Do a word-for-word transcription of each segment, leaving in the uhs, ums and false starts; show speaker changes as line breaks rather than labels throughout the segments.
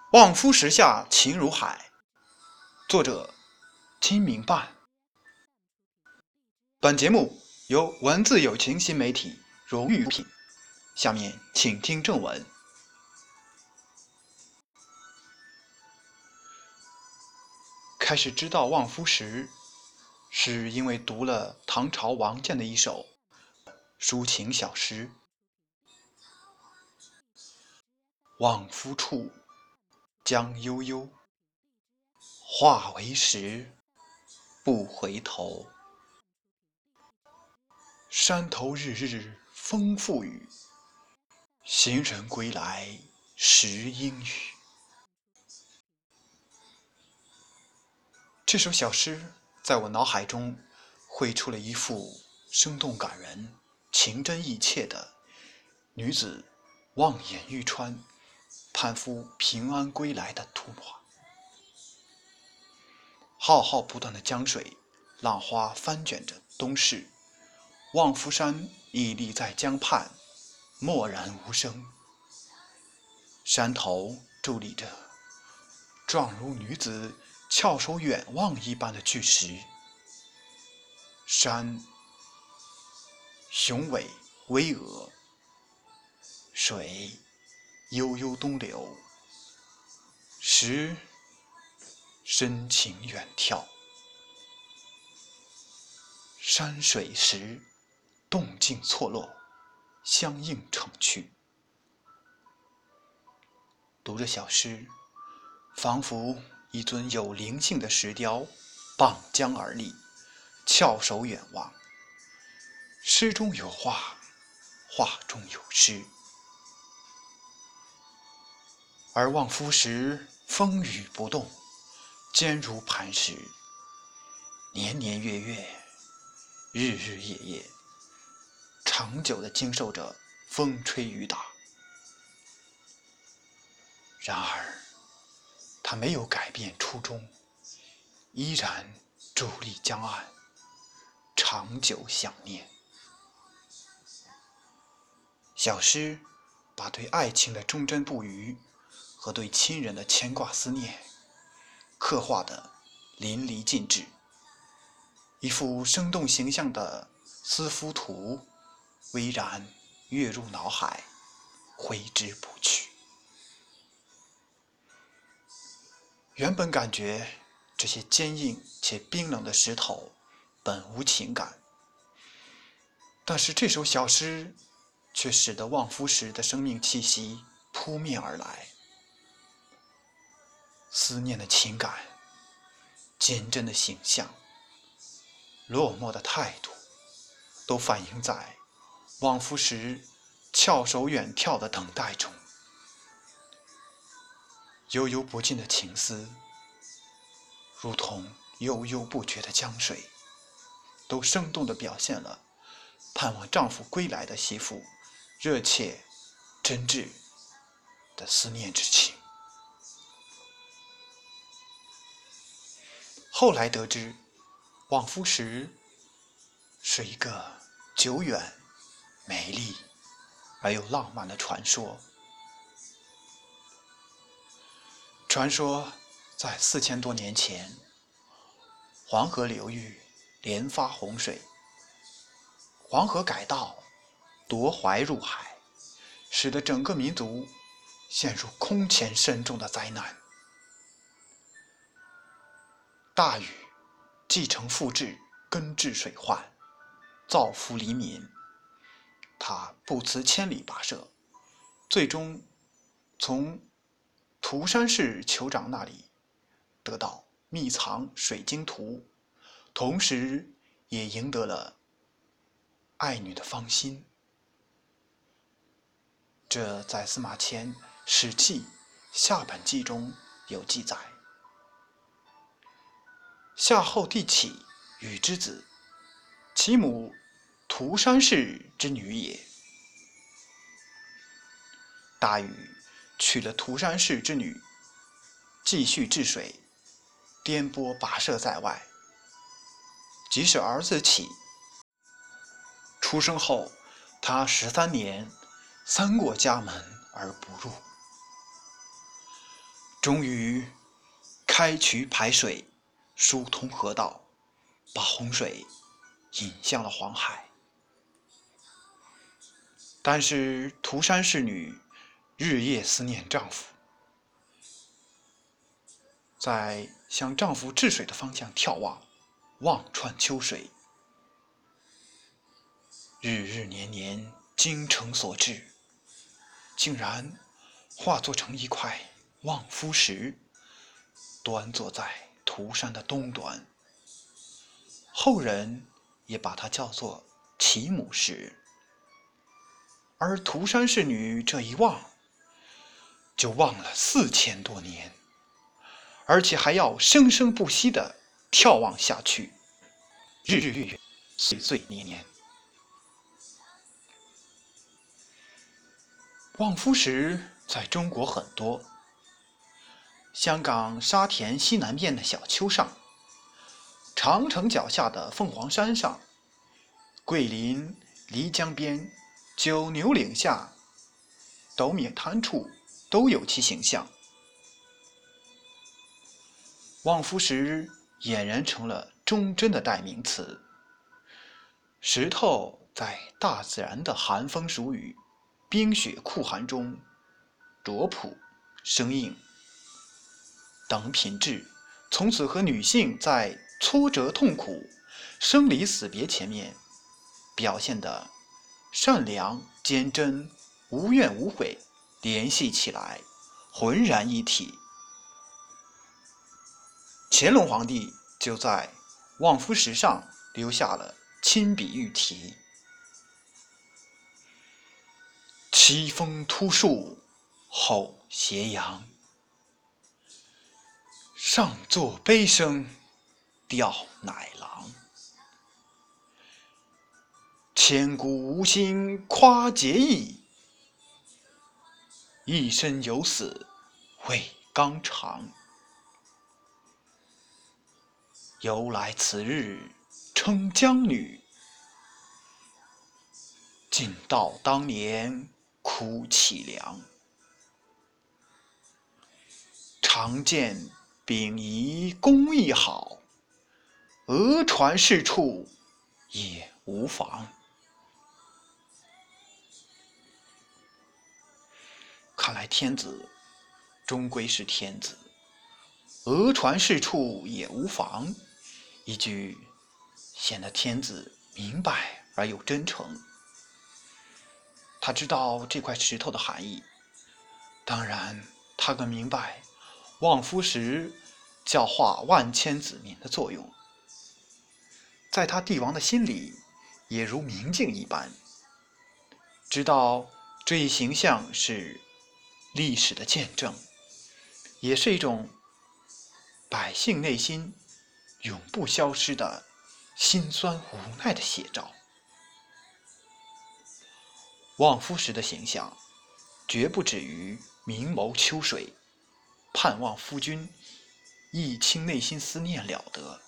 望夫石下情如海，作者金明半。本节目由文字有情新媒体荣誉出品。下面请听正文。开始知道望夫石，是因为读了唐朝王建的一首抒情小诗：望夫处，江悠悠，化为石，不回头。山头日日风复雨，行人归来时阴雨。这首小诗在我脑海中绘出了一幅生动感人、情真意切的女子望眼欲穿、盼夫平安归来的图画。浩浩不断的江水，浪花翻卷着东逝，望夫山屹立在江畔，默然无声。山头伫立着状如女子翘首远望一般的巨石，山雄伟巍峨，水悠悠东流，石深情远眺。山水石动静错落，相映成趣。读着小诗，仿佛一尊有灵性的石雕傍江而立，翘首远望。诗中有画，画中有诗。而望夫石风雨不动，坚如磐石，年年月月，日日夜夜，长久地经受着风吹雨打。然而他没有改变初衷，依然伫立江岸，长久想念。小诗把对爱情的忠贞不渝和对亲人的牵挂思念刻画得淋漓尽致，一幅生动形象的思夫图巍然跃入脑海，挥之不去。原本感觉这些坚硬且冰冷的石头本无情感，但是这首小诗却使得望夫石的生命气息扑面而来。思念的情感，坚贞的形象，落寞的态度，都反映在望夫石翘首远眺的等待中。悠悠不尽的情思，如同悠悠不绝的江水，都生动地表现了盼望丈夫归来的媳妇热切真挚的思念之情。后来得知，望夫石是一个久远、美丽而又浪漫的传说。传说在四千多年前，黄河流域连发洪水，黄河改道夺淮入海，使得整个民族陷入空前深重的灾难。大禹继承父志，根治水患，造福黎民。他不辞千里跋涉，最终从涂山氏酋长那里得到秘藏水晶图，同时也赢得了爱女的芳心。这在司马迁《史记·夏本纪》中有记载。夏后帝启，禹之子，其母涂山氏之女也。大禹娶了涂山氏之女，继续治水，颠簸跋涉在外。即使儿子启出生后，他十三年三过家门而不入。 终于开渠排水，疏通河道，把洪水引向了黄海。但是涂山氏女日夜思念丈夫，在向丈夫治水的方向眺望，望穿秋水。日日年年，精诚所至，竟然化作成一块望夫石，端坐在涂山的东端。后人也把它叫做齐母石。而涂山氏女这一望，就望了四千多年，而且还要生生不息地眺望下去，日日月月，岁岁年年。望夫石在中国很多，香港沙田西南边的小丘上，长城脚下的凤凰山上，桂林漓江边九牛岭下斗米滩处都有其形象。望夫石俨然成了忠贞的代名词。石头在大自然的寒风暑雨、冰雪酷寒中拙朴生硬，等品质从此和女性在挫折痛苦、生离死别前面表现的善良坚贞、无怨无悔联系起来，浑然一体。乾隆皇帝就在望夫石上留下了亲笔御题：奇峰突树后斜阳，上作悲声吊奶郎。千古无心夸节义，一生有死为纲常。由来此日称江女，尽道当年哭凄凉。常见秉仪工艺好，讹传世处也无妨。看来天子终归是天子，讹传世处也无妨，一句显得天子明白而又真诚。他知道这块石头的含义，当然他更明白望夫石教化万千子民的作用。在他帝王的心里也如明镜一般，知道这一形象是历史的见证，也是一种百姓内心永不消失的辛酸无奈的写照。望夫石的形象绝不止于明眸秋水，盼望夫君一倾内心思念了得。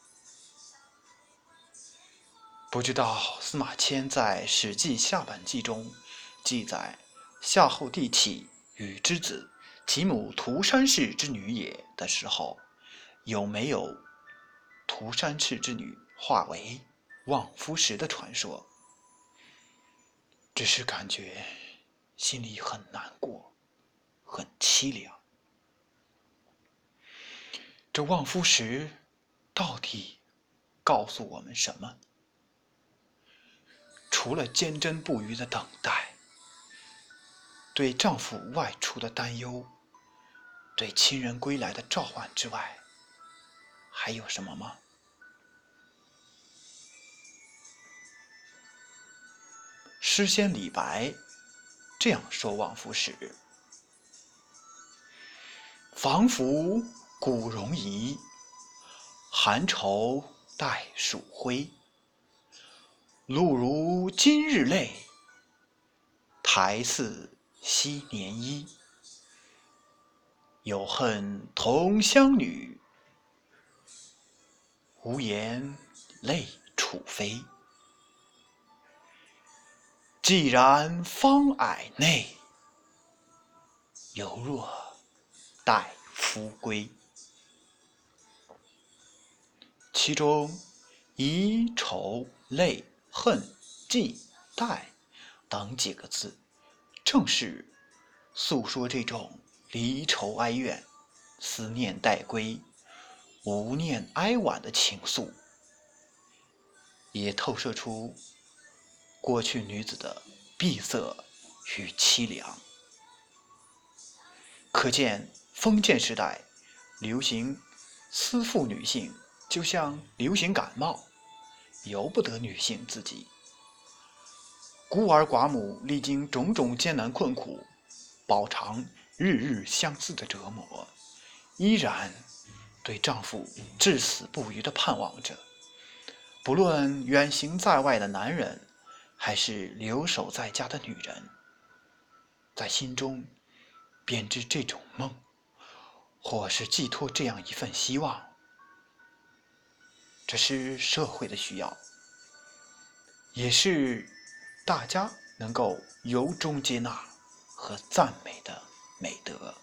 不知道司马迁在《史记·夏本纪》中记载夏后帝启与之子其母涂山氏之女也的时候，有没有涂山氏之女化为望夫石的传说？只是感觉心里很难过，很凄凉。这望夫石到底告诉我们什么？除了坚贞不渝的等待，对丈夫外出的担忧，对亲人归来的召唤之外，还有什么吗？诗仙李白这样说望夫石：防腐古容仪，寒愁待暑晖。露如今日泪，苔似昔年衣。有恨同乡女，无言泪楚飞。既然方霭内，犹若待夫归。其中以愁、泪、恨、忌、待等几个字，正是诉说这种离愁哀怨、思念待归、无念哀婉的情愫，也透射出过去女子的闭塞与凄凉。可见封建时代流行思妇女性，就像流行感冒，由不得女性自己。孤儿寡母历经种种艰难困苦，饱尝日日相思的折磨，依然对丈夫至死不渝地盼望着。不论远行在外的男人，还是留守在家的女人，在心中编织这种梦，或是寄托这样一份希望。这是社会的需要，也是大家能够由衷接纳和赞美的美德。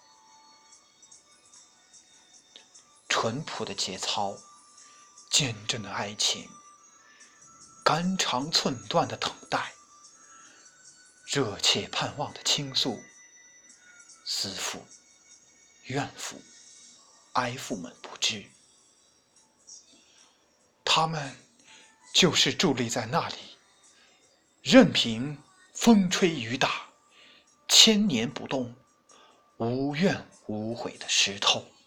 淳朴的节操，坚贞的爱情，肝肠寸断的等待，热切盼望的倾诉，思妇、怨妇、哀妇们不知，他们就是伫立在那里，任凭风吹雨打，千年不动，无怨无悔的石头。